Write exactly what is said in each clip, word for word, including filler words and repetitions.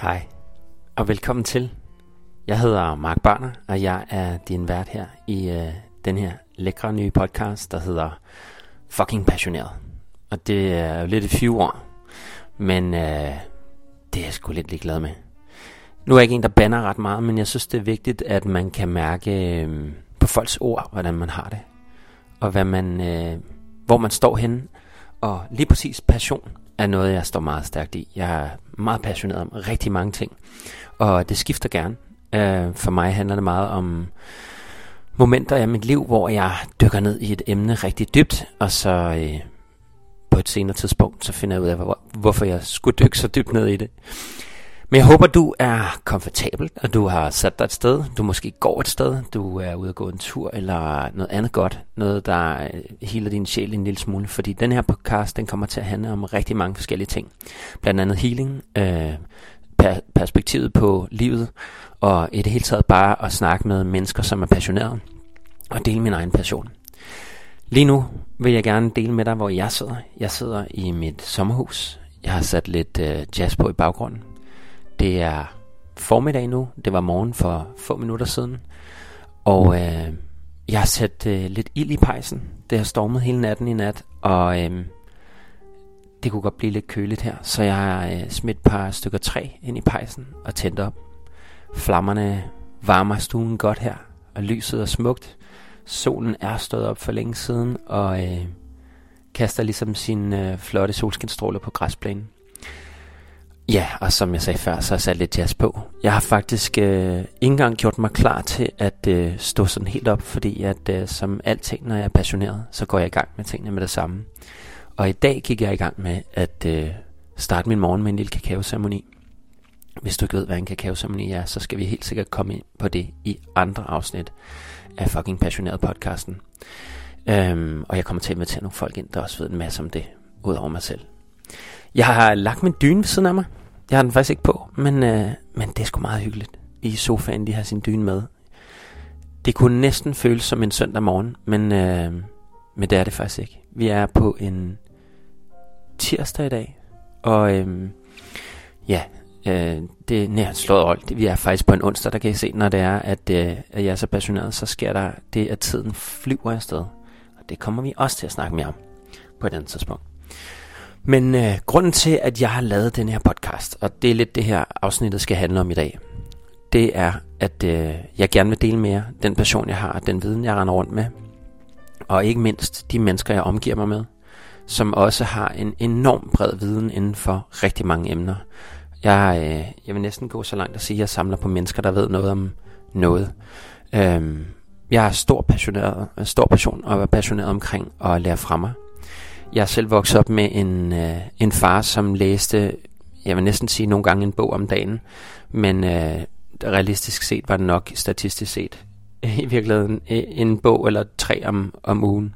Hej, og velkommen til. Jeg hedder Mark Barner, og jeg er din vært her i øh, den her lækre nye podcast, der hedder Fucking Passioneret. Og det er jo lidt et fyord, men øh, det er jeg sgu lidt ligeglad med. Nu er jeg ikke en, der bander ret meget, men jeg synes, det er vigtigt, at man kan mærke øh, på folks ord, hvordan man har det. Og hvad man, øh, hvor man står henne. Og lige præcis passion er noget, jeg står meget stærkt i. Jeg er meget passioneret om rigtig mange ting, og det skifter gerne. Uh, for mig handler det meget om momenter i mit liv, hvor jeg dykker ned i et emne rigtig dybt, og så uh, på et senere tidspunkt, så finder jeg ud af, hvor, hvorfor jeg skulle dykke så dybt ned i det. Men jeg håber, du er komfortabel, og du har sat dig et sted. Du måske går et sted, du er ude at gå en tur, eller noget andet godt. Noget, der healer din sjæl en lille smule. Fordi den her podcast, den kommer til at handle om rigtig mange forskellige ting. Blandt andet healing, øh, per- perspektivet på livet, og i det hele taget bare at snakke med mennesker, som er passionerede, og dele min egen passion. Lige nu vil jeg gerne dele med dig, hvor jeg sidder. Jeg sidder i mit sommerhus. Jeg har sat lidt øh, jazz på i baggrunden. Det er formiddag nu. Det var morgen for få minutter siden. Og øh, jeg har sat øh, lidt ild i pejsen. Det har stormet hele natten i nat. Og øh, det kunne godt blive lidt køligt her. Så jeg har øh, smidt et par stykker træ ind i pejsen og tændt op. Flammerne varmer stuen godt her. Og lyset er smukt. Solen er stået op for længe siden. Og øh, kaster ligesom sine øh, flotte solskinstråler på græsplænen. Ja, og som jeg sagde før, så har jeg sat lidt jazz på. Jeg har faktisk øh, ikke engang gjort mig klar til at øh, stå sådan helt op, fordi at øh, som alting, når jeg er passioneret, så går jeg i gang med tingene med det samme. Og i dag gik jeg i gang med at øh, starte min morgen med en lille kakaoceremoni. Hvis du ikke ved, hvad en kakaoceremoni er, så skal vi helt sikkert komme ind på det i andre afsnit af Fucking Passioneret podcasten. Øhm, og jeg kommer til at invitere nogle folk ind, der også ved en masse om det, ud over mig selv. Jeg har lagt min dyne ved siden af mig. Jeg har den faktisk ikke på, men, øh, men det er sgu meget hyggeligt. I sofaen, de har sin dyne med. Det kunne næsten føles som en søndag morgen, men, øh, men det er det faktisk ikke. Vi er på en tirsdag i dag, og øh, ja, øh, det er nært slået rollt. Vi er faktisk på en onsdag, der kan I se, når det er, at, øh, at jeg er så passioneret, så sker der det, at tiden flyver afsted. Og det kommer vi også til at snakke mere om på et andet tidspunkt. Men øh, grunden til, at jeg har lavet den her podcast, og det er lidt det her afsnittet skal handle om i dag, det er, at øh, jeg gerne vil dele mere den passion, jeg har, den viden, jeg render rundt med, og ikke mindst de mennesker, jeg omgiver mig med, som også har en enorm bred viden inden for rigtig mange emner. Jeg, øh, jeg vil næsten gå så langt at sige, at jeg samler på mennesker, der ved noget om noget. Øhm, jeg er stor, passioneret, stor passion og er passioneret omkring at lære fra mig. Jeg er selv vokset op med en, øh, en far, som læste, jeg vil næsten sige nogle gange en bog om dagen, men øh, realistisk set var det nok statistisk set i virkeligheden en bog eller tre om, om ugen.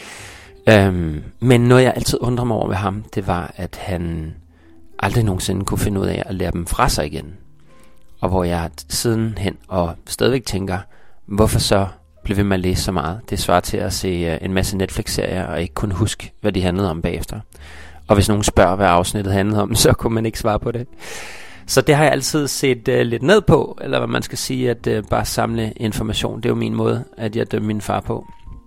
Øhm, men noget jeg altid undrer mig over ved ham, det var, at han aldrig nogensinde kunne finde ud af at lære dem fra sig igen. Og hvor jeg sidenhen og stadigvæk tænker, hvorfor så blev ved med at læse så meget. Det svarer til at se uh, en masse Netflix-serier og ikke kunne huske, hvad de handlede om bagefter. Og hvis nogen spørger, hvad afsnittet handlede om, så kunne man ikke svare på det. Så det har jeg altid set uh, lidt ned på, eller hvad man skal sige, at uh, bare samle information. Det er jo min måde, at jeg dømmer min far på.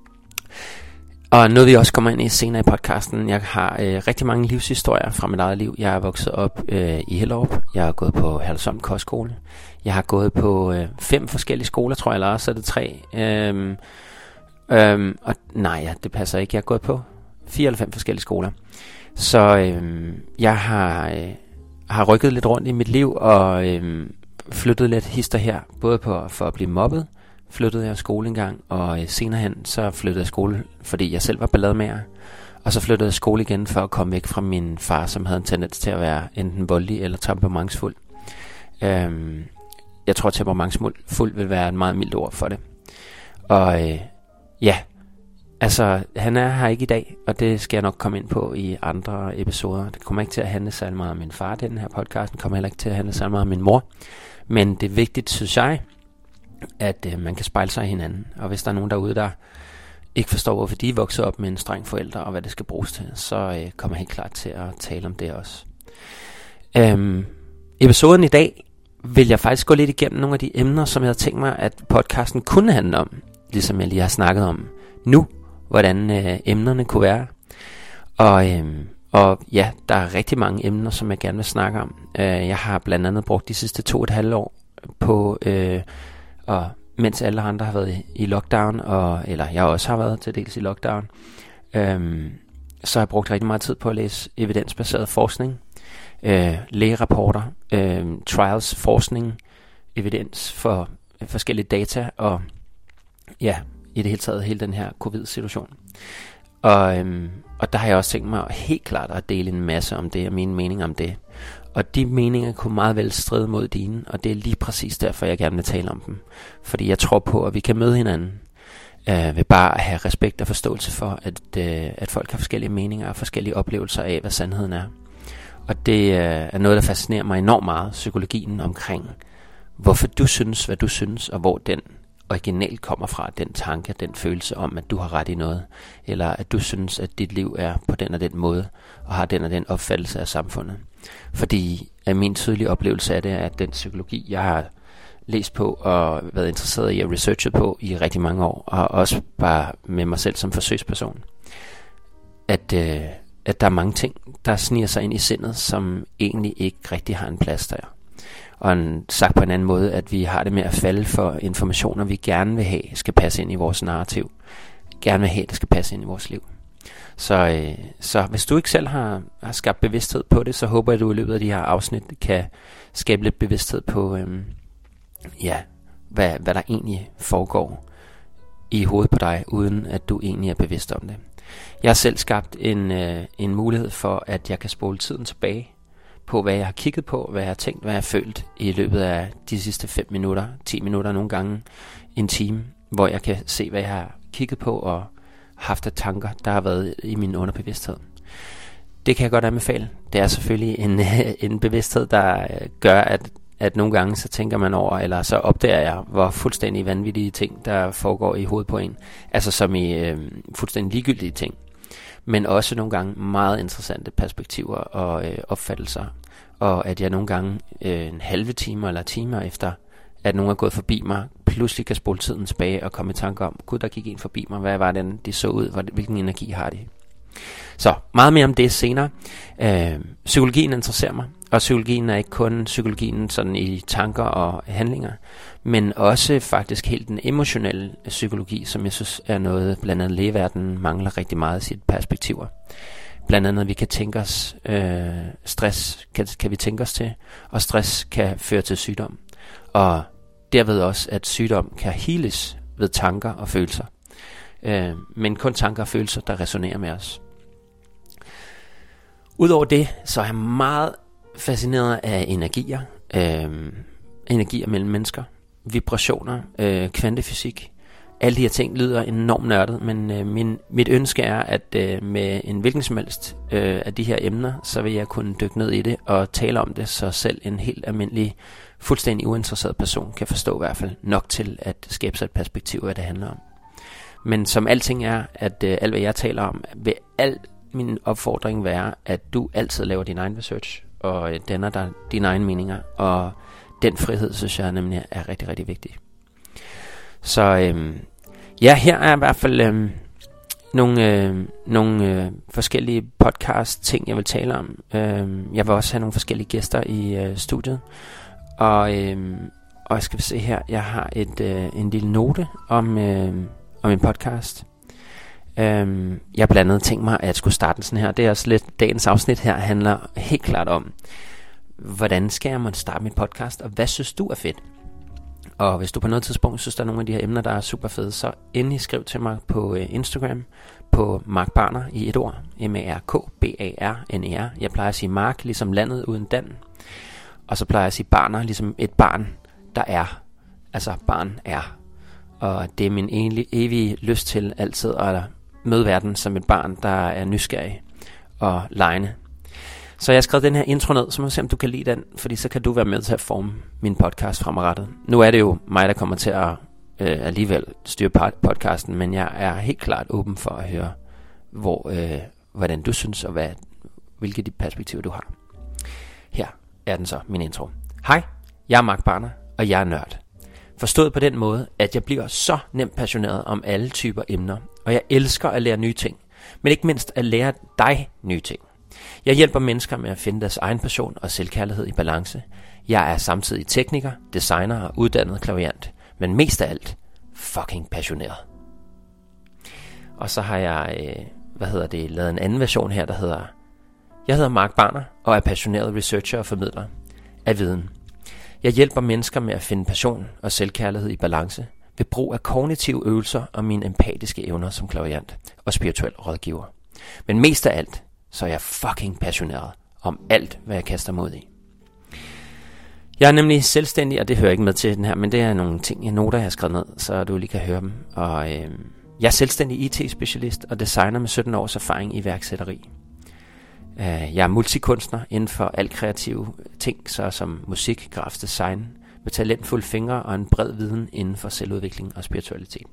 Og noget vi også kommer ind i senere i podcasten. Jeg har øh, rigtig mange livshistorier fra mit eget liv. Jeg er vokset op øh, i Hellerup. Jeg har gået på Herlufsholm Kostskole. Jeg har gået på øh, fem forskellige skoler, tror jeg, eller også er det tre. Øhm, øhm, og nej, ja, det passer ikke. Jeg har gået på fire eller fem forskellige skoler. Så øh, jeg har, øh, har rykket lidt rundt i mit liv og øh, flyttet lidt hister her. Både på, for at blive mobbet. Flyttede jeg skole en gang, og senere hen så flyttede jeg skole, fordi jeg selv var ballademager. Og så flyttede jeg skole igen for at komme væk fra min far, som havde en tendens til at være enten voldelig eller temperamentsfuld. Øhm, jeg tror, temperamentsfuld vil være et meget mildt ord for det. Og øh, ja, altså han er her ikke i dag, og det skal jeg nok komme ind på i andre episoder. Det kommer ikke til at handle særlig meget om min far, den her podcast. Det kommer heller ikke til at handle særlig meget om min mor. Men det er vigtigt, synes jeg, at øh, man kan spejle sig i hinanden. Og hvis der er nogen derude, der ikke forstår, hvorfor de er vokset op med en streng forældre, og hvad det skal bruges til, så øh, kommer jeg helt klart til at tale om det også. Øhm, episoden i dag vil jeg faktisk gå lidt igennem nogle af de emner, som jeg havde tænkt mig, at podcasten kunne handle om, ligesom jeg lige har snakket om nu, hvordan øh, emnerne kunne være. Og, øh, og ja, der er rigtig mange emner, som jeg gerne vil snakke om. Øh, jeg har blandt andet brugt de sidste to og et halvt år på, øh, og mens alle andre har været i, i lockdown, og, eller jeg også har været til dels i lockdown, øh, så har jeg brugt rigtig meget tid på at læse evidensbaseret forskning, øh, lægerapporter, øh, trials, forskning, evidens for øh, forskellige data, og ja, i det hele taget hele den her covid-situation. Og, øhm, og der har jeg også tænkt mig helt klart at dele en masse om det, og mine meninger om det. Og de meninger kunne meget vel stride mod dine, og det er lige præcis derfor, jeg gerne vil tale om dem. Fordi jeg tror på, at vi kan møde hinanden øh, ved bare at have respekt og forståelse for, at, øh, at folk har forskellige meninger og forskellige oplevelser af, hvad sandheden er. Og det øh, er noget, der fascinerer mig enormt meget, psykologien omkring, hvorfor du synes, hvad du synes, og hvor den originalt kommer fra, den tanke, den følelse om, at du har ret i noget, eller at du synes, at dit liv er på den og den måde, og har den og den opfattelse af samfundet. Fordi af min tydelige oplevelse af det, at den psykologi, jeg har læst på og været interesseret i at researche på i rigtig mange år, og også bare med mig selv som forsøgsperson, at, øh, at der er mange ting, der sniger sig ind i sindet, som egentlig ikke rigtig har en plads der. Og en, sagt på en anden måde, at vi har det med at falde for informationer, vi gerne vil have, skal passe ind i vores narrativ. Gerne vil have, det skal passe ind i vores liv. Så, øh, så hvis du ikke selv har, har skabt bevidsthed på det, så håber jeg, at du i løbet af de her afsnit kan skabe lidt bevidsthed på, øh, ja, hvad, hvad der egentlig foregår i hovedet på dig, uden at du egentlig er bevidst om det. Jeg har selv skabt en, øh, en mulighed for, at jeg kan spole tiden tilbage på, hvad jeg har kigget på, hvad jeg har tænkt, hvad jeg har følt i løbet af de sidste fem minutter, ti minutter, nogle gange en time, hvor jeg kan se, hvad jeg har kigget på og haft af tanker, der har været i min underbevidsthed. Det kan jeg godt anbefale. Det er selvfølgelig en, en bevidsthed, der gør, at, at nogle gange så tænker man over, eller så opdager jeg, hvor fuldstændig vanvittige ting, der foregår i hovedet på en. Altså som i øh, fuldstændig ligegyldige ting. Men også nogle gange meget interessante perspektiver og øh, opfattelser. Og at jeg nogle gange øh, en halve time eller timer efter, at nogen er gået forbi mig, pludselig kan spole tiden tilbage og komme i tanke om, gud, der gik en forbi mig, hvad var den, de så ud, hvilken energi har de? Så meget mere om det senere. Øh, psykologien interesserer mig, og psykologien er ikke kun psykologien sådan i tanker og handlinger, men også faktisk helt den emotionelle psykologi, som jeg synes er noget, blandt andet lægeverdenen mangler rigtig meget i sit perspektiver. Blandt andet, vi kan tænke os, øh, stress kan, kan vi tænke os til, og stress kan føre til sygdom. Og derved også, at sygdom kan heales ved tanker og følelser. Øh, men kun tanker og følelser, der resonerer med os. Udover det, så er jeg meget fascineret af energier. Øh, energier mellem mennesker, vibrationer, øh, kvantefysik. Alle de her ting lyder enormt nørdet, men øh, min, mit ønske er, at øh, med en hvilken som helst øh, af de her emner, så vil jeg kunne dykke ned i det og tale om det, så selv en helt almindelig, fuldstændig uinteresseret person kan forstå i hvert fald nok til at skabe sig et perspektiv, hvad det handler om. Men som alting er, at øh, alt hvad jeg taler om, vil al min opfordring være, at du altid laver din egen research, og øh, danner dig dine egne meninger, og den frihed, synes jeg nemlig er rigtig, rigtig vigtig. Så øhm, ja, her er i hvert fald øhm, nogle, øh, nogle øh, forskellige podcast ting, jeg vil tale om. Øhm, jeg vil også have nogle forskellige gæster i øh, studiet. Og, øhm, og jeg skal se her, jeg har et, øh, en lille note om, øh, om en podcast. Øhm, jeg har blandt andet tænkt mig, at jeg skulle starte sådan her. Det er også lidt, dagens afsnit her handler helt klart om, hvordan skal jeg måtte starte mit podcast, og hvad synes du er fedt? Og hvis du på noget tidspunkt synes, der er nogle af de her emner, der er super fede, så endelig skriv til mig på øh, Instagram, på Mark Barner i et ord, M A R K B A R N E R. Jeg plejer at sige Mark, ligesom landet uden dan. Og så plejer jeg at sige Barner, ligesom et barn, der er. Altså barn er. Og det er min evige, evige lyst til altid at møde verden som et barn, der er nysgerrig og legende. Så jeg har skrevet den her intro ned, så må vi se, om du kan lide den, fordi så kan du være med til at forme min podcast fremadrettet. Nu er det jo mig, der kommer til at øh, alligevel styre podcasten, men jeg er helt klart åben for at høre, hvor, øh, hvordan du synes, og hvad, hvilke de perspektiver du har. Her er den så, min intro. Hej, jeg er Mark Barner, og jeg er nørd. Forstået på den måde, at jeg bliver så nemt passioneret om alle typer emner, og jeg elsker at lære nye ting, men ikke mindst at lære dig nye ting. Jeg hjælper mennesker med at finde deres egen passion og selvkærlighed i balance. Jeg er samtidig tekniker, designer og uddannet klaverjant, men mest af alt fucking passioneret. Og så har jeg, øh, hvad hedder det, lavet en anden version her, der hedder, jeg hedder Mark Barner og er passioneret researcher og formidler af viden. Jeg hjælper mennesker med at finde passion og selvkærlighed i balance ved brug af kognitive øvelser og mine empatiske evner som klaverjant og spirituel rådgiver. Men mest af alt, så er jeg fucking passioneret om alt, hvad jeg kaster mod i. Jeg er nemlig selvstændig, og det hører ikke med til den her, men det er nogle ting, jeg noter, jeg har skrevet ned, så du lige kan høre dem. Og øh, jeg er selvstændig I T-specialist og designer med sytten års erfaring i iværksætteri. Uh, jeg er multikunstner inden for alt kreative ting, så som musik, grafisk design, med talentfulde fingre og en bred viden inden for selvudvikling og spiritualitet.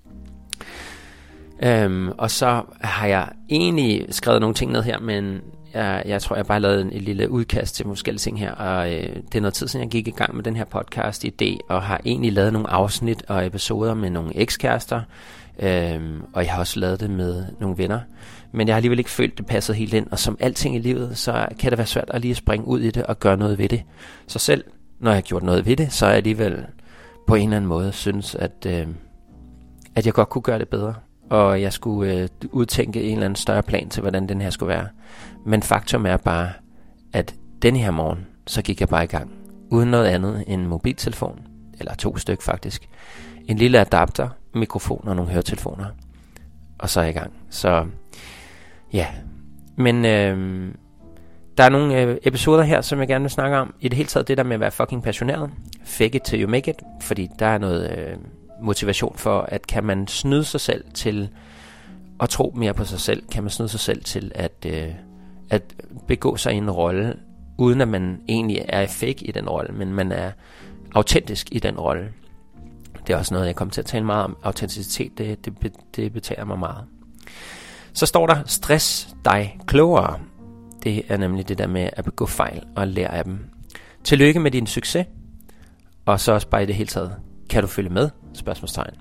Um, og så har jeg egentlig skrevet nogle ting ned her, men jeg, jeg tror, jeg bare lavede en, en lille udkast til forskellige ting her, og uh, det er noget tid siden, jeg gik i gang med den her podcast-idé, og har egentlig lavet nogle afsnit og episoder med nogle ekskærester, um, og jeg har også lavet det med nogle venner. Men jeg har alligevel ikke følt, det passede helt ind. Og som alting i livet, så kan det være svært at lige springe ud i det og gøre noget ved det. Så selv når jeg har gjort noget ved det, så er jeg alligevel på en eller anden måde synes, at, øh, at jeg godt kunne gøre det bedre. Og jeg skulle øh, udtænke en eller anden større plan til, hvordan den her skulle være. Men faktum er bare, at denne her morgen, så gik jeg bare i gang. Uden noget andet end en mobiltelefon, eller to styk faktisk. En lille adapter, mikrofon og nogle høretelefoner. Og så er jeg i gang. Så ja, men øh, der er nogle øh, episoder her, som jeg gerne vil snakke om. I det hele taget det der med at være fucking passioneret. Fake it till you make it. Fordi der er noget øh, motivation for, at kan man snyde sig selv til at tro mere på sig selv. Kan man snyde sig selv til at, øh, at begå sig i en rolle, uden at man egentlig er fake i den rolle, men man er autentisk i den rolle. Det er også noget, jeg kommer til at tale meget om. Autenticitet, det, det, det betager mig meget. Så står der, stress dig klogere. Det er nemlig det der med at begå fejl og lære af dem. Tillykke med din succes. Og så også bare i det hele taget, kan du følge med? Spørgsmålstegn.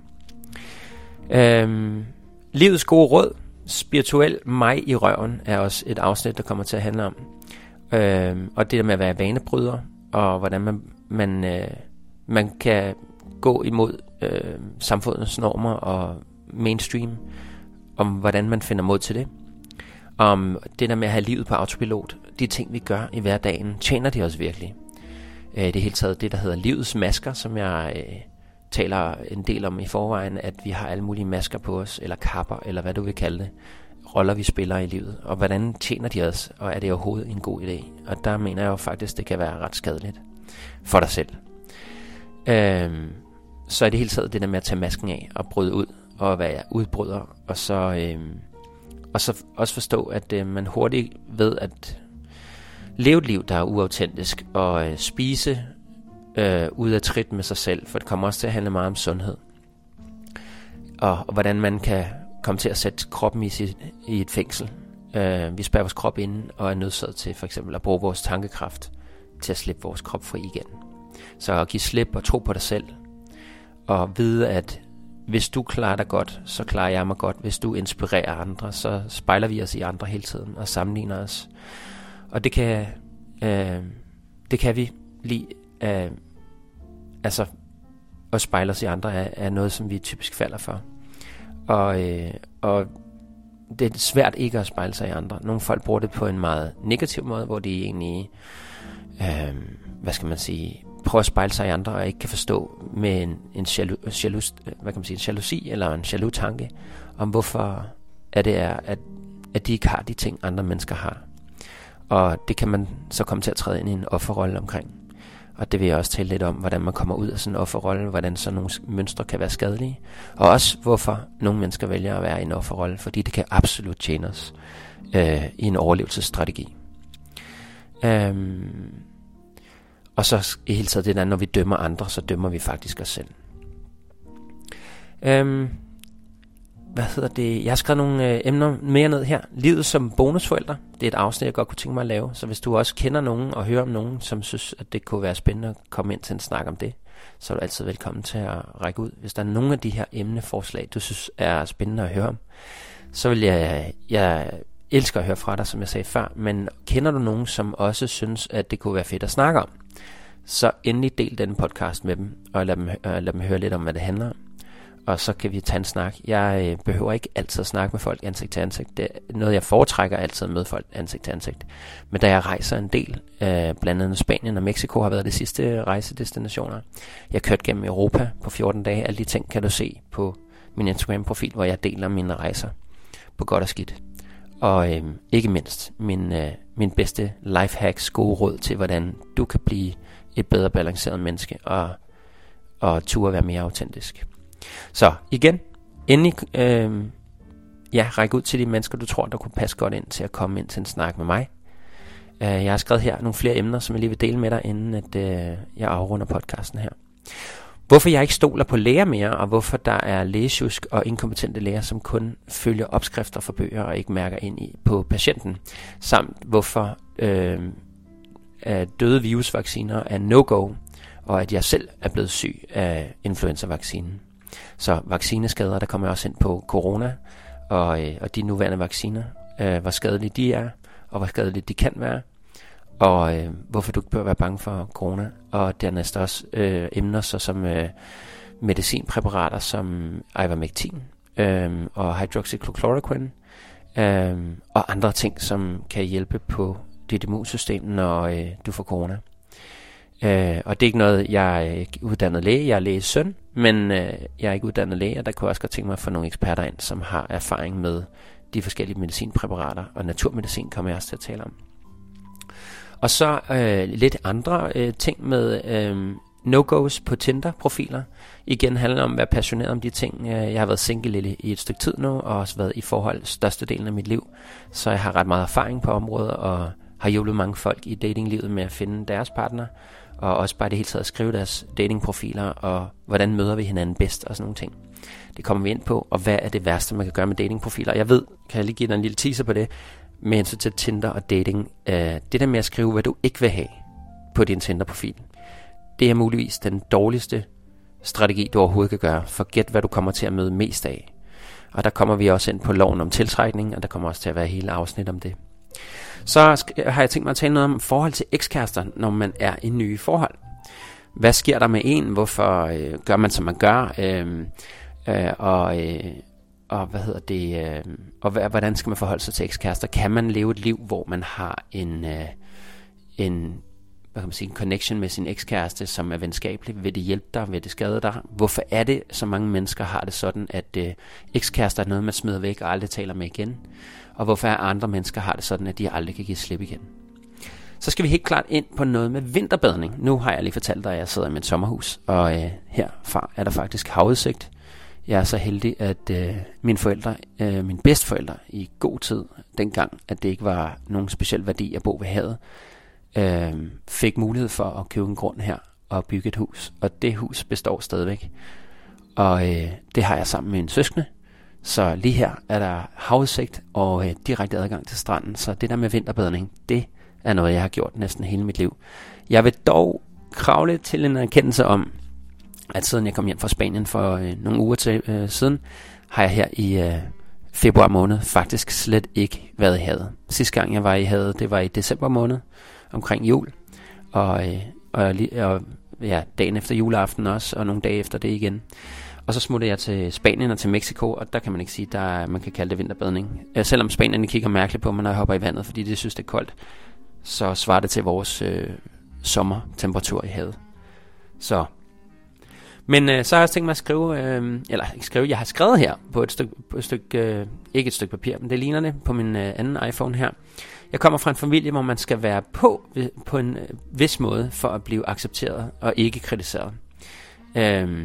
Øhm, livets gode råd. Spirituel mig i røven er også et afsnit, der kommer til at handle om. Øhm, og det der med at være vanebryder, og hvordan man, man, øh, man kan gå imod øh, samfundets normer og mainstream, om hvordan man finder mod til det. Om det der med at have livet på autopilot, de ting vi gør i hverdagen, tjener de også virkelig. Øh, det er helt taget det der hedder livets masker, som jeg øh, taler en del om i forvejen, at vi har alle mulige masker på os, eller kapper, eller hvad du vil kalde det, roller vi spiller i livet, og hvordan tjener de os, og er det overhovedet en god idé? Og der mener jeg jo faktisk, det kan være ret skadeligt for dig selv. Øh, så er det hele taget det der med at tage masken af og bryde ud og være udbryder, og så øh, og så også forstå, at øh, man hurtigt ved at leve et liv, der er uautentisk, og øh, spise øh, ud af trit med sig selv, for det kommer også til at handle meget om sundhed, og, og hvordan man kan komme til at sætte kroppen i, sit, i et fængsel. Øh, vi spærrer vores krop inde og er nødsaget til for eksempel at bruge vores tankekraft til at slippe vores krop fri igen. Så at give slip og tro på dig selv, og vide, at hvis du klarer dig godt, så klarer jeg mig godt. Hvis du inspirerer andre, så spejler vi os i andre hele tiden og sammenligner os. Og det kan, øh, det kan vi lige, øh, altså at spejle os i andre er, er noget, som vi typisk falder for. Og, øh, og det er svært ikke at spejle sig i andre. Nogle folk bruger det på en meget negativ måde, hvor de egentlig, øh, hvad skal man sige, prøver at spejle sig i andre og ikke kan forstå med en, en jaloux, jaloux, hvad kan man sige, en jalousi eller en jaloux tanke om hvorfor er det er, at, at de ikke har de ting, andre mennesker har. Og det kan man så komme til at træde ind i en offerrolle omkring. Og det vil jeg også tale lidt om, hvordan man kommer ud af sådan en offerrolle, hvordan sådan nogle mønstre kan være skadelige. Og også hvorfor nogle mennesker vælger at være i en offerrolle, fordi det kan absolut tjene os øh, i en overlevelsesstrategi. Øhm, og så i hele taget det der, når vi dømmer andre, så dømmer vi faktisk os selv. Øhm, hvad hedder det? Jeg har skrevet nogle øh, emner mere ned her. Livet som bonusforældre. Det er et afsnit, jeg godt kunne tænke mig at lave. Så hvis du også kender nogen og hører om nogen, som synes, at det kunne være spændende at komme ind til en snak om det, så er du altid velkommen til at række ud. Hvis der er nogle af de her emneforslag, du synes er spændende at høre om, så vil jeg... jeg elsker at høre fra dig, som jeg sagde før, men kender du nogen, som også synes, at det kunne være fedt at snakke om, så endelig del den podcast med dem, og lad dem, øh, lad dem høre lidt om, hvad det handler om. Og så kan vi tage en snak. Jeg øh, behøver ikke altid at snakke med folk ansigt til ansigt. Det er noget, jeg foretrækker altid at møde folk ansigt til ansigt. Men da jeg rejser en del, øh, blandt andet Spanien og Mexico har været de sidste rejsedestinationer. Jeg har kørt gennem Europa på fjorten dage. Alle de ting kan du se på min Instagram-profil, hvor jeg deler mine rejser på godt og skidt. Og øh, ikke mindst min, øh, min bedste lifehacks, gode råd til, hvordan du kan blive et bedre balanceret menneske og, og turde være mere autentisk. Så igen, endelig øh, ja, ræk ud til de mennesker, du tror, der kunne passe godt ind til at komme ind til en snak med mig. Uh, jeg har skrevet her nogle flere emner, som jeg lige vil dele med dig, inden at, uh, jeg afrunder podcasten her. Hvorfor jeg ikke stoler på læger mere, og hvorfor der er lægesjusk og inkompetente læger, som kun følger opskrifter fra bøger og ikke mærker ind i på patienten. Samt hvorfor øh, døde virusvacciner er no-go, og at jeg selv er blevet syg af influenza-vaccinen. Så vaccineskader, der kommer jeg også ind på corona, og, øh, og de nuværende vacciner, øh, hvor skadelige de er, og hvor skadelige de kan være. Og øh, hvorfor du ikke bør være bange for corona. Og dernæst også øh, emner så som øh, medicinpræparater som ivermectin øh, og hydroxychloroquine øh, og andre ting, som kan hjælpe på dit immunsystem, når øh, du får corona. Øh, og det er ikke noget, jeg er ikke uddannet læge, jeg er læges søn, men øh, jeg er ikke uddannet læge, og der kunne jeg også godt tænke mig at få nogle eksperter ind, som har erfaring med de forskellige medicinpræparater, og naturmedicin kommer jeg også til at tale om. Og så øh, lidt andre øh, ting med øh, no-goes på Tinder-profiler. Igen handler om at være passioneret om de ting. Jeg har været single i et stykke tid nu, og også været i forhold størstedelen af mit liv. Så jeg har ret meget erfaring på området, og har hjulpet mange folk i datinglivet med at finde deres partner, og også bare det hele taget at skrive deres datingprofiler, og hvordan møder vi hinanden bedst, og sådan nogle ting. Det kommer vi ind på, og hvad er det værste, man kan gøre med datingprofiler. Jeg ved, kan jeg lige give dig en lille teaser på det, med hensyn til Tinder og dating. Øh, det der med at skrive, hvad du ikke vil have på din Tinder-profil, det er muligvis den dårligste strategi, du overhovedet kan gøre. Forget, hvad du kommer til at møde mest af. Og der kommer vi også ind på loven om tiltrækning, og der kommer også til at være hele afsnit om det. Så har jeg tænkt mig at tale noget om forhold til ekskærester, når man er i nye forhold. Hvad sker der med en? Hvorfor øh, gør man, som man gør? Øh, øh, og... Øh, Og hvad hedder det? Øh, og hvordan skal man forholde sig til ekskærester? Kan man leve et liv, hvor man har en øh, en hvad kan man sige, en connection med sin ekskæreste, som er venskabelig? Vil det hjælpe dig? Vil det skade dig? Hvorfor er det, så mange mennesker har det sådan, at øh, ekskærester er noget, man smider væk og aldrig taler med igen? Og hvorfor er andre mennesker har det sådan, at de aldrig kan give slip igen? Så skal vi helt klart ind på noget med vinterbadning. Nu har jeg lige fortalt dig, at jeg sidder i mit sommerhus, og øh, herfra er der faktisk havudsigt. Jeg er så heldig, at øh, mine forældre, øh, mine bedsteforældre i god tid, dengang, at det ikke var nogen speciel værdi at bo ved havet, øh, fik mulighed for at købe en grund her og bygge et hus. Og det hus består stadigvæk. Og øh, det har jeg sammen med en søskende. Så lige her er der havudsigt og øh, direkte adgang til stranden. Så det der med vinterbadning, det er noget, jeg har gjort næsten hele mit liv. Jeg vil dog kravle til en erkendelse om, at siden jeg kom hjem fra Spanien for øh, nogle uger til, øh, siden, har jeg her i øh, februar måned faktisk slet ikke været i havet. Sidste gang jeg var i havet, det var i december måned, omkring jul, og, øh, og, og ja, dagen efter juleaften også, og nogle dage efter det igen. Og så smuttede jeg til Spanien og til Mexico, og der kan man ikke sige, der man kan kalde det vinterbadning. Ja, selvom Spanien kigger mærkeligt på mig, når jeg hopper i vandet, fordi de synes det er koldt, så svarer det til vores øh, sommertemperatur i havet. Så Men øh, så har jeg også tænkt mig at skrive, øh, eller ikke skrive, jeg har skrevet her på et stykke, på et stykke øh, ikke et stykke papir, men det ligner det på min øh, anden iPhone her. Jeg kommer fra en familie, hvor man skal være på på en øh, vis måde for at blive accepteret og ikke kritiseret. Øh,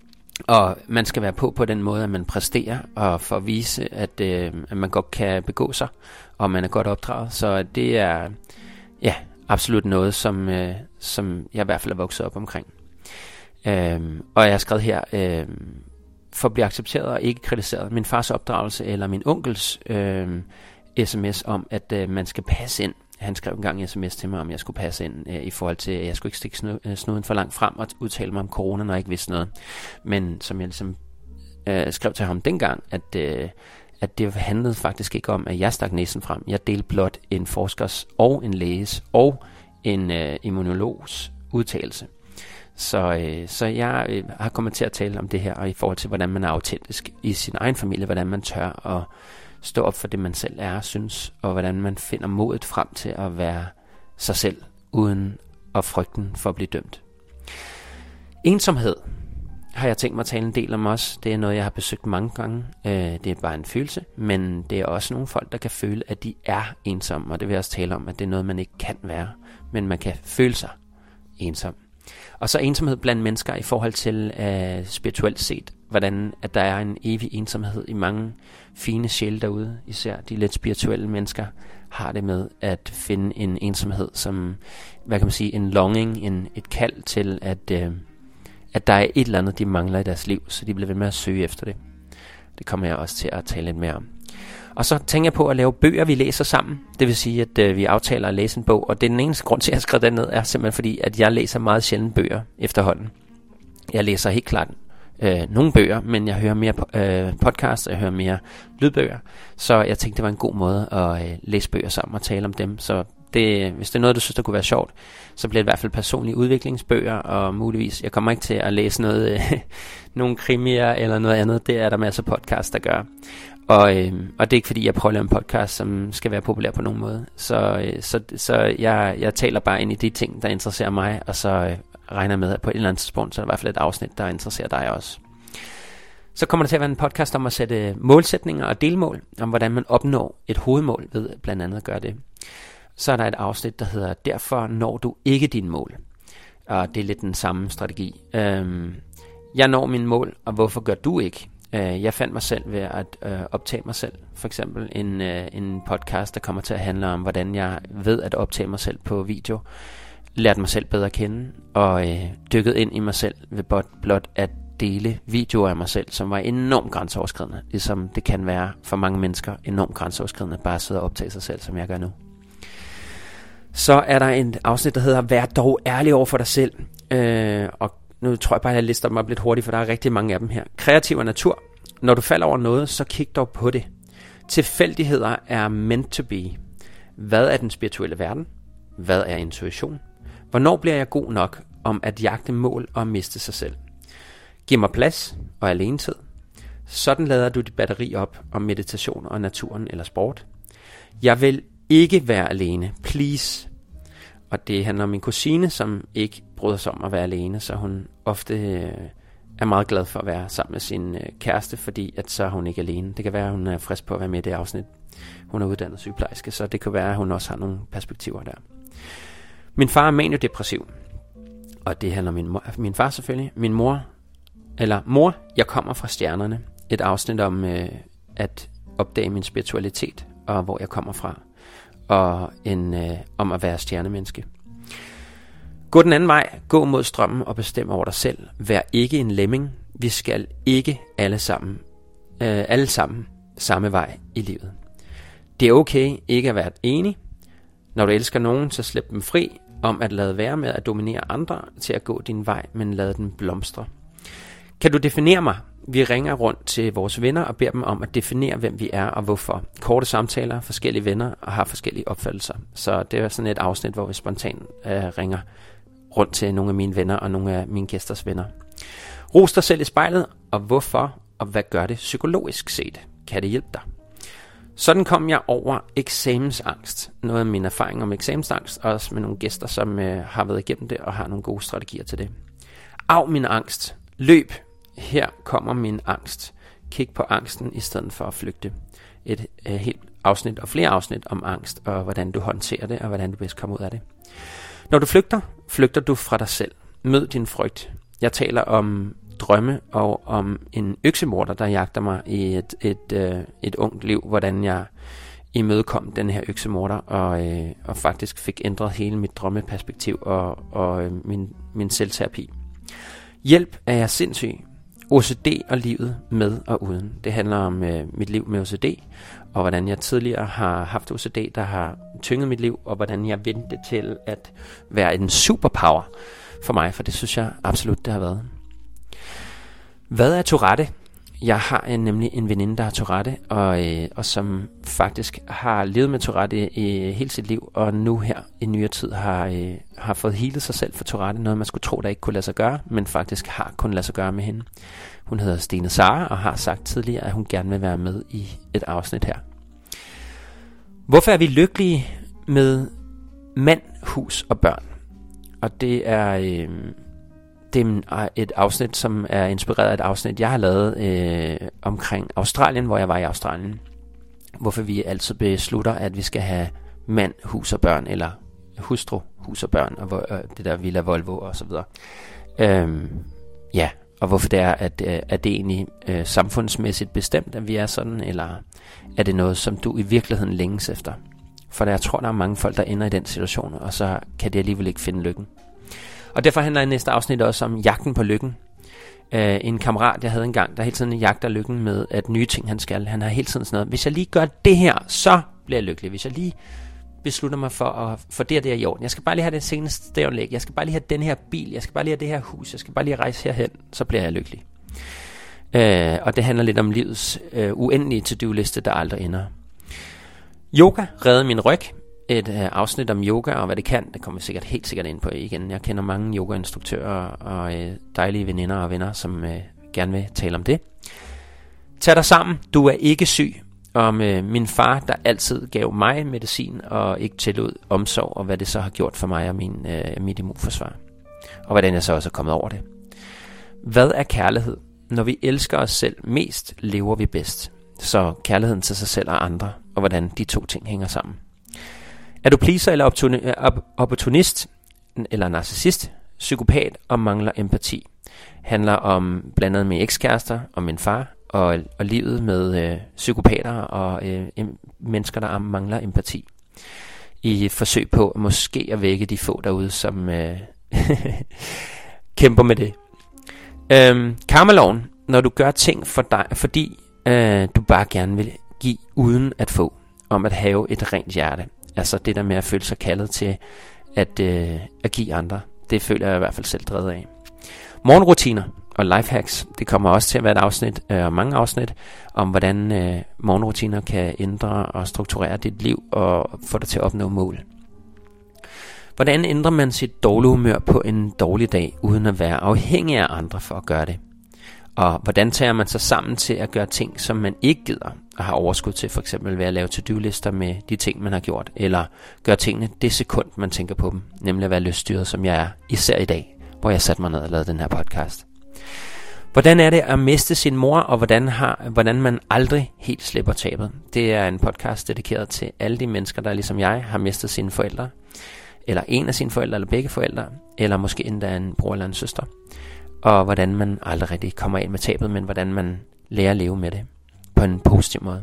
og man skal være på på den måde, at man præsterer og for at vise, at, øh, at man godt kan begå sig, og man er godt opdraget. Så det er ja absolut noget, som, øh, som jeg i hvert fald er vokset op omkring. Øhm, og jeg har skrevet her, øhm, for at blive accepteret og ikke kritiseret. Min fars opdragelse eller min onkels øh, sms om, at øh, man skal passe ind. Han skrev engang en sms til mig, om jeg skulle passe ind øh, i forhold til, at jeg skulle ikke stikke snu, snuden for langt frem og udtale mig om corona, når jeg ikke vidste noget. Men som jeg ligesom øh, skrev til ham dengang, at, øh, at det handlede faktisk ikke om, at jeg stak næsen frem. Jeg delte blot en forskers og en læges og en øh, immunologs udtalelse. Så, øh, så jeg øh, har kommet til at tale om det her, og i forhold til, hvordan man er autentisk i sin egen familie, hvordan man tør at stå op for det, man selv er og synes, og hvordan man finder modet frem til at være sig selv, uden at frygten for at blive dømt. Ensomhed har jeg tænkt mig at tale en del om også. Det er noget, jeg har besøgt mange gange. Øh, det er bare en følelse, men det er også nogle folk, der kan føle, at de er ensomme, og det vil jeg også tale om, at det er noget, man ikke kan være, men man kan føle sig ensom. Og så ensomhed blandt mennesker i forhold til uh, spirituelt set, hvordan at der er en evig ensomhed i mange fine sjæle derude, især de lidt spirituelle mennesker har det med at finde en ensomhed som, hvad kan man sige, en longing, en, et kald til, at, uh, at der er et eller andet, de mangler i deres liv, så de bliver ved med at søge efter det. Det kommer jeg også til at tale lidt mere om. Og så tænker jeg på at lave bøger, vi læser sammen. Det vil sige, at øh, vi aftaler at læse en bog. Og det er den eneste grund til, at jeg har skrevet den ned, er simpelthen fordi, at jeg læser meget sjældent bøger efterhånden. Jeg læser helt klart øh, nogle bøger, men jeg hører mere øh, podcasts, og jeg hører mere lydbøger. Så jeg tænkte, det var en god måde at øh, læse bøger sammen og tale om dem. Så det, hvis det er noget, du synes, der kunne være sjovt, så bliver det i hvert fald personlige udviklingsbøger, og muligvis, jeg kommer ikke til at læse noget, øh, nogle krimier eller noget andet. Det er der masser af podcasts, der gør. Og, øh, og det er ikke fordi, jeg prøver at lave en podcast, som skal være populær på nogen måde. Så, øh, så, så jeg, jeg taler bare ind i de ting, der interesserer mig, og så øh, regner med, at på et eller andet tidspunkt, så er der i hvert fald et afsnit, der interesserer dig også. Så kommer der til at være en podcast om at sætte målsætninger og delmål, om hvordan man opnår et hovedmål ved blandt andet at gøre det. Så er der et afsnit, der hedder, derfor når du ikke dine mål. Og det er lidt den samme strategi. Øhm, jeg når mine mål, og hvorfor gør du ikke? Jeg fandt mig selv ved at øh, optage mig selv. For eksempel en, øh, en podcast, der kommer til at handle om, hvordan jeg ved at optage mig selv på video. Lærte mig selv bedre at kende, og øh, dykket ind i mig selv ved blot, blot at dele videoer af mig selv, som var enormt grænseoverskridende. Ligesom det kan være for mange mennesker enormt grænseoverskridende, bare at sidde og optage sig selv, som jeg gør nu. Så er der en afsnit, der hedder, vær dog ærlig over for dig selv. Øh, og nu tror jeg bare, at jeg lister dem op lidt hurtigt, for der er rigtig mange af dem her. Kreativ og natur. Når du falder over noget, så kig dog på det. Tilfældigheder er meant to be. Hvad er den spirituelle verden? Hvad er intuition? Hvornår bliver jeg god nok om at jagte mål og miste sig selv? Giv mig plads og alenetid. Sådan lader du dit batteri op om meditation og naturen eller sport. Jeg vil ikke være alene. Please. Og det handler om min kusine, som ikke bryder sig om at være alene, så hun ofte øh, er meget glad for at være sammen med sin øh, kæreste, fordi at så er hun ikke alene. Det kan være, at hun er frisk på at være med i det afsnit. Hun er uddannet sygeplejerske, så det kan være, at hun også har nogle perspektiver der. Min far er maniodepressiv, og det handler om min, mor, min far selvfølgelig. Min mor, eller mor, jeg kommer fra stjernerne. Et afsnit om øh, at opdage min spiritualitet, og hvor jeg kommer fra. Og en, øh, om at være stjernemenneske. Gå den anden vej, gå mod strømmen og bestem over dig selv. Vær ikke en lemming. Vi skal ikke alle sammen, øh, alle sammen samme vej i livet. Det er okay ikke at være enig. Når du elsker nogen, så slip dem fri om at lade være med at dominere andre til at gå din vej, men lad den blomstre. Kan du definere mig? Vi ringer rundt til vores venner og beder dem om at definere, hvem vi er og hvorfor. Korte samtaler, forskellige venner og har forskellige opfattelser. Så det er sådan et afsnit, hvor vi spontant øh, ringer rundt til nogle af mine venner og nogle af mine gæsters venner. Ros dig selv i spejlet, og hvorfor, og hvad gør det psykologisk set? Kan det hjælpe dig? Sådan kom jeg over eksamensangst. Noget af min erfaring om eksamensangst, også med nogle gæster, som øh, har været igennem det og har nogle gode strategier til det. Af min angst. Løb. Her kommer min angst. Kig på angsten i stedet for at flygte. Et øh, helt afsnit og flere afsnit om angst, og hvordan du håndterer det, og hvordan du bedst kommer ud af det. Når du flygter, flygter du fra dig selv. Mød din frygt. Jeg taler om drømme og om en øksemorder, der jagter mig i et, et, øh, et ungt liv, hvordan jeg imødekom den her øksemorder, og, øh, og faktisk fik ændret hele mit drømmeperspektiv og, og øh, min, min selvterapi. Hjælp, er jeg sindssyg? O C D og livet med og uden. Det handler om øh, mit liv med O C D, og hvordan jeg tidligere har haft O C D, der har tynget mit liv, og hvordan jeg vendte det til at være en superpower for mig, for det synes jeg absolut, det har været. Hvad er Tourette? Jeg har en, nemlig en veninde, der har Tourette, og, øh, og som faktisk har levet med Tourette i, i hele sit liv, og nu her i nyere tid har, øh, har fået healet sig selv for Tourette, noget man skulle tro, der ikke kunne lade sig gøre, men faktisk har kunnet lade sig gøre med hende. Hun hedder Stine Sara, og har sagt tidligere, at hun gerne vil være med i et afsnit her. Hvorfor er vi lykkelige med mand, hus og børn? Og det er... Øh, Det er et afsnit, som er inspireret af et afsnit, jeg har lavet øh, omkring Australien, hvor jeg var i Australien. Hvorfor vi altid beslutter, at vi skal have mand, hus og børn, eller hustru, hus og børn, og øh, det der Villa Volvo og så videre. Øhm, ja, og hvorfor det er, at, øh, at det egentlig øh, samfundsmæssigt bestemt, at vi er sådan, eller er det noget, som du i virkeligheden længes efter? For jeg tror, der er mange folk, der ender i den situation, og så kan de alligevel ikke finde lykken. Og derfor handler i næste afsnit også om jagten på lykken. Uh, en kammerat, jeg havde engang, der hele tiden jagter lykken med, at nye ting han skal. Han har hele tiden sådan noget, hvis jeg lige gør det her, så bliver jeg lykkelig. Hvis jeg lige beslutter mig for at få det og det her i orden. Jeg skal bare lige have det seneste stævnlæg. Jeg skal bare lige have den her bil. Jeg skal bare lige have det her hus. Jeg skal bare lige rejse herhen. Så bliver jeg lykkelig. Uh, og det handler lidt om livets uh, uendelige to-do-liste, der aldrig ender. Yoga redder min ryg. Et uh, afsnit om yoga og hvad det kan, det kommer vi sikkert helt sikkert ind på igen. Jeg kender mange yogainstruktører og uh, dejlige veninder og venner, som uh, gerne vil tale om det. Tag dig sammen, du er ikke syg. Om uh, min far, der altid gav mig medicin og ikke tillod omsorg, og hvad det så har gjort for mig og min, uh, mit immunforsvar. Og hvordan jeg så også er kommet over det. Hvad er kærlighed? Når vi elsker os selv mest, lever vi bedst. Så kærligheden til sig selv og andre, og hvordan de to ting hænger sammen. Er du pleaser eller opportunist, eller narcissist, psykopat og mangler empati? Handler om blandt andet med ekskærester og min far, og, og livet med øh, psykopater og øh, mennesker, der mangler empati. I et forsøg på måske at vække de få derude, som øh, kæmper med det. Øhm, karmaloven, når du gør ting for dig, fordi øh, du bare gerne vil give uden at få, om at have et rent hjerte. Altså det der med at føle sig kaldet til at, øh, at give andre. Det føler jeg i hvert fald selv drevet af. Morgenrutiner og lifehacks. Det kommer også til at være et afsnit, øh, mange afsnit, om hvordan øh, morgenrutiner kan ændre og strukturere dit liv og få dig til at opnå mål. Hvordan ændrer man sit dårlige humør på en dårlig dag, uden at være afhængig af andre for at gøre det? Og hvordan tager man sig sammen til at gøre ting, som man ikke gider og har overskud til, for eksempel ved at lave to-do-lister med de ting, man har gjort, eller gøre tingene det sekund, man tænker på dem, nemlig at være lyststyret, som jeg er, især i dag, hvor jeg satte mig ned og lavede den her podcast. Hvordan er det at miste sin mor, og hvordan, har, hvordan man aldrig helt slipper tabet? Det er en podcast dedikeret til alle de mennesker, der ligesom jeg har mistet sine forældre, eller en af sine forældre, eller begge forældre, eller måske endda en bror eller en søster. Og hvordan man aldrig rigtig kommer ind med tabet, men hvordan man lærer at leve med det på en positiv måde.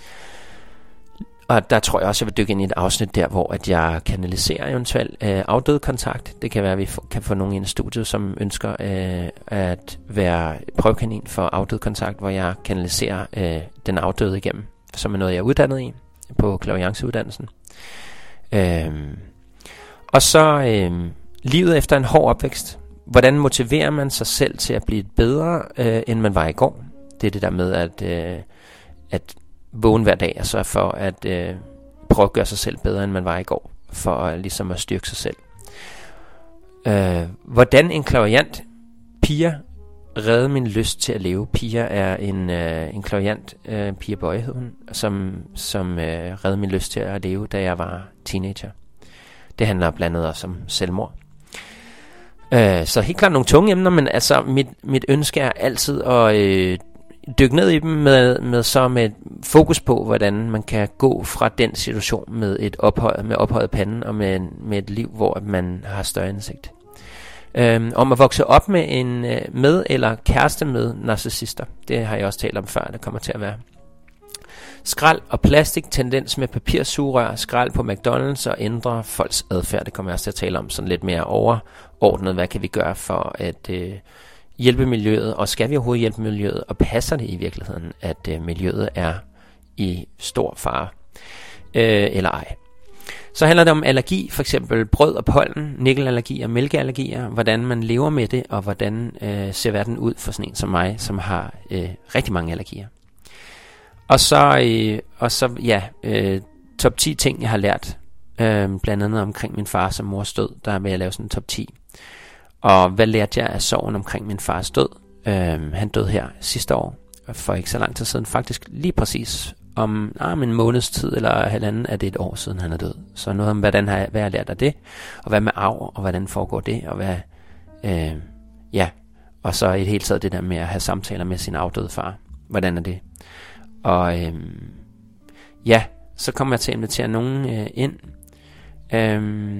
Og der tror jeg også, jeg vil dykke ind i et afsnit der, hvor at jeg kanaliserer eventuelt øh, afdød kontakt. Det kan være, at vi f- kan få nogen ind i studiet, som ønsker øh, at være prøvekanin for afdød kontakt, hvor jeg kanaliserer øh, den afdøde igennem, som er noget, jeg er uddannet i på clairvoyance-uddannelsen. Øh, og så øh, livet efter en hård opvækst. Hvordan motiverer man sig selv til at blive bedre, øh, end man var i går? Det er det der med at, øh, at vågne hver dag og sørge for at øh, prøve at gøre sig selv bedre, end man var i går, for at, ligesom at styrke sig selv. Øh, hvordan en clairvoyant Pia redde min lyst til at leve. Pia er en, øh, en clairvoyant, øh, Pia Bøje hed hun, som, som øh, redde min lyst til at leve, da jeg var teenager. Det handler blandt andet også om selvmord. Øh, så helt klart nogle tunge emner, men altså mit, mit ønske er altid at øh, dykke ned i dem med, med så med fokus på, hvordan man kan gå fra den situation med et ophøjet, med ophøjet panden og med, med et liv, hvor man har større indsigt. Øh, om at vokse op med en med eller kæreste med narcissister. Det har jeg også talt om før, det kommer til at være. Skrald og plastik, tendens med papirsugerør, skrald på McDonald's og ændre folks adfærd. Det kommer jeg også til at tale om sådan lidt mere overordnet. Hvad kan vi gøre for at øh, hjælpe miljøet, og skal vi overhovedet hjælpe miljøet, og passer det i virkeligheden, at øh, miljøet er i stor fare, øh, eller ej. Så handler det om allergi, for eksempel brød og pollen, nikkelallergier, mælkeallergier, hvordan man lever med det, og hvordan øh, ser verden ud for sådan en som mig, som har øh, rigtig mange allergier. Og så, øh, og så ja, øh, top ti ting, jeg har lært, øh, blandt andet omkring min fars og mors død, der vil jeg lave sådan en top ti. Og hvad lærte jeg af sorgen omkring min fars død? Øh, han døde her sidste år, for ikke så lang tid siden, faktisk lige præcis om ah, en måneds tid eller halvanden er det et år siden han er død. Så noget om hvordan har jeg, hvad jeg lært af det, og hvad med arv, og hvordan foregår det, og hvad øh, ja, og så i det hele taget det der med at have samtaler med sin afdøde far. Hvordan er det? Og øh, ja, så kommer jeg til at invitere nogen øh, ind. Øh,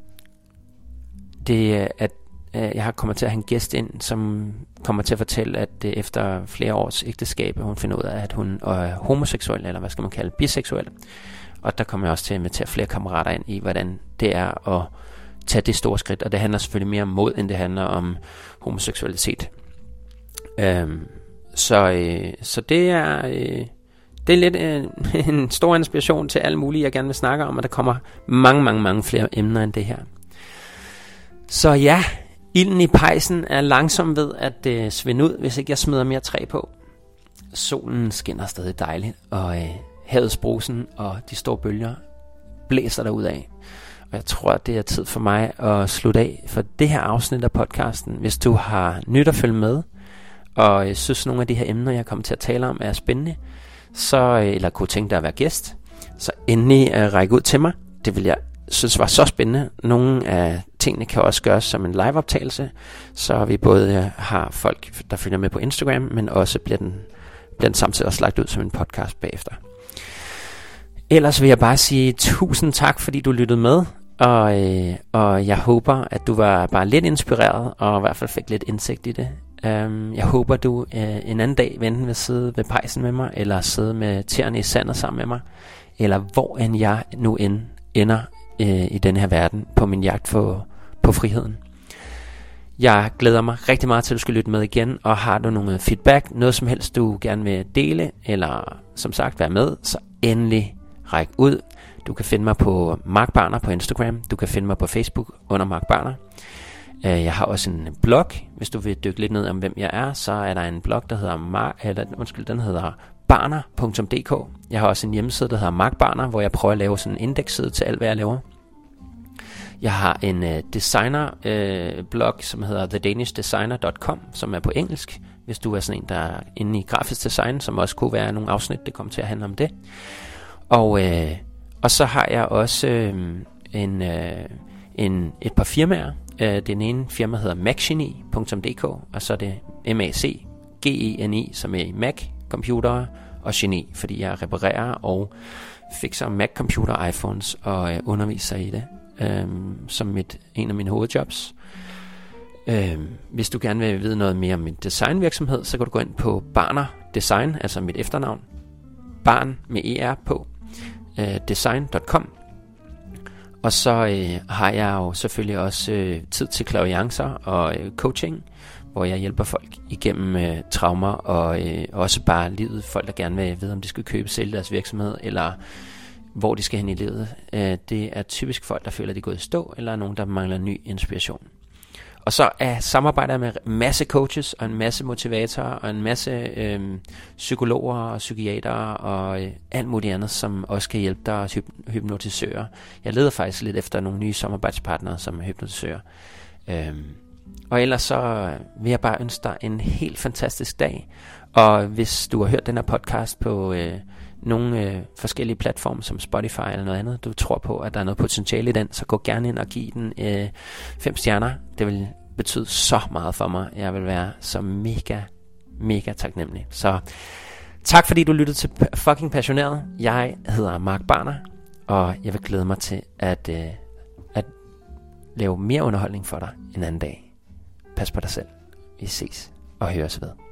det er at jeg har kommet til at have en gæst ind, som kommer til at fortælle, at efter flere års ægteskab, hun finder ud af, at hun er homoseksuel, eller hvad skal man kalde, biseksuel. Og der kommer jeg også til at invitere flere kammerater ind i, hvordan det er at tage det store skridt. Og det handler selvfølgelig mere om mod, end det handler om homoseksualitet. Øhm, så, øh, så det er... Øh, Det er lidt øh, en stor inspiration til alle mulige, jeg gerne vil snakke om, og der kommer mange, mange, mange flere emner end det her. Så ja, ilden i pejsen er langsom ved at øh, svinde ud, hvis ikke jeg smider mere træ på. Solen skinner stadig dejligt, og øh, havets brusen og de store bølger blæser derud af. Og jeg tror, det er tid for mig at slutte af for det her afsnit af podcasten. Hvis du har nyt at følge med, og øh, synes nogle af de her emner, jeg kommer til at tale om, er spændende, så, øh, eller kunne tænke dig at være gæst, så endelig øh, række ud til mig. Det vil jeg synes var så spændende. Nogle af tingene kan også gøres som en liveoptagelse, så vi både har folk, der følger med på Instagram, men også bliver den, bliver den samtidig også lagt ud som en podcast bagefter. Ellers vil jeg bare sige tusind tak, fordi du lyttede med, og, øh, og jeg håber, at du var bare lidt inspireret, og i hvert fald fik lidt indsigt i det. Um, jeg håber, du uh, en anden dag enten vil sidde ved pejsen med mig, eller sidde med tæerne i sandet sammen med mig, eller hvor end jeg nu end ender uh, i den her verden på min jagt på, på friheden. Jeg glæder mig rigtig meget til, at du skal lytte med igen, og har du nogle feedback, noget som helst du gerne vil dele, eller som sagt være med, så endelig ræk ud. Du kan finde mig på Mark Barner på Instagram, du kan finde mig på Facebook under Mark Barner. Jeg har også en blog. Hvis du vil dykke lidt ned om hvem jeg er, så er der en blog, der hedder Mar- eller, undskyld, den hedder barner punktum d k. Jeg har også en hjemmeside, der hedder Mark Barner, hvor jeg prøver at lave sådan en indeksside til alt, hvad jeg laver. Jeg har en uh, designer uh, blog, som hedder the danish designer dot com, som er på engelsk. Hvis du er sådan en, der er inde i grafisk design, som også kunne være nogle afsnit, det kommer til at handle om det. Og, uh, og så har jeg også uh, en, uh, en, et par firmaer. Den ene firma hedder macgeni punktum d k, og så er det M A C G E N I, som er i Mac computere, og geni, fordi jeg reparerer og fikser Mac computer, iPhones og øh, underviser i det øhm, som mit, en af mine hovedjobs. Øhm, hvis du gerne vil vide noget mere om min designvirksomhed, så kan du gå ind på Barner Design, altså mit efternavn, barn med er på, øh, design punktum com. Og så øh, har jeg jo selvfølgelig også øh, tid til klaviancer og øh, coaching, hvor jeg hjælper folk igennem øh, traumer og øh, også bare livet. Folk, der gerne vil vide, om de skal købe selv deres virksomhed, eller hvor de skal hen i livet. Øh, det er typisk folk, der føler, at de er gået i stå, eller nogen, der mangler ny inspiration. Og så er samarbejder med en masse coaches, og en masse motivatorer, og en masse øh, psykologer og psykiatere, og øh, alt muligt andet, som også kan hjælpe dig, hyp- hypnotisører. Jeg leder faktisk lidt efter nogle nye samarbejdspartnere, som er hypnotisører. Øh, og ellers så vil jeg bare ønske dig en helt fantastisk dag. Og hvis du har hørt den her podcast på øh, nogle øh, forskellige platforme, som Spotify eller noget andet, du tror på, at der er noget potentiale i den, så gå gerne ind og giv den øh, fem stjerner. Det vil betyde så meget for mig. Jeg vil være så mega, mega taknemmelig. Så tak fordi du lyttede til Fucking Passioneret. Jeg hedder Mark Barner, og jeg vil glæde mig til at, øh, at lave mere underholdning for dig en anden dag. Pas på dig selv. Vi ses og høres ved.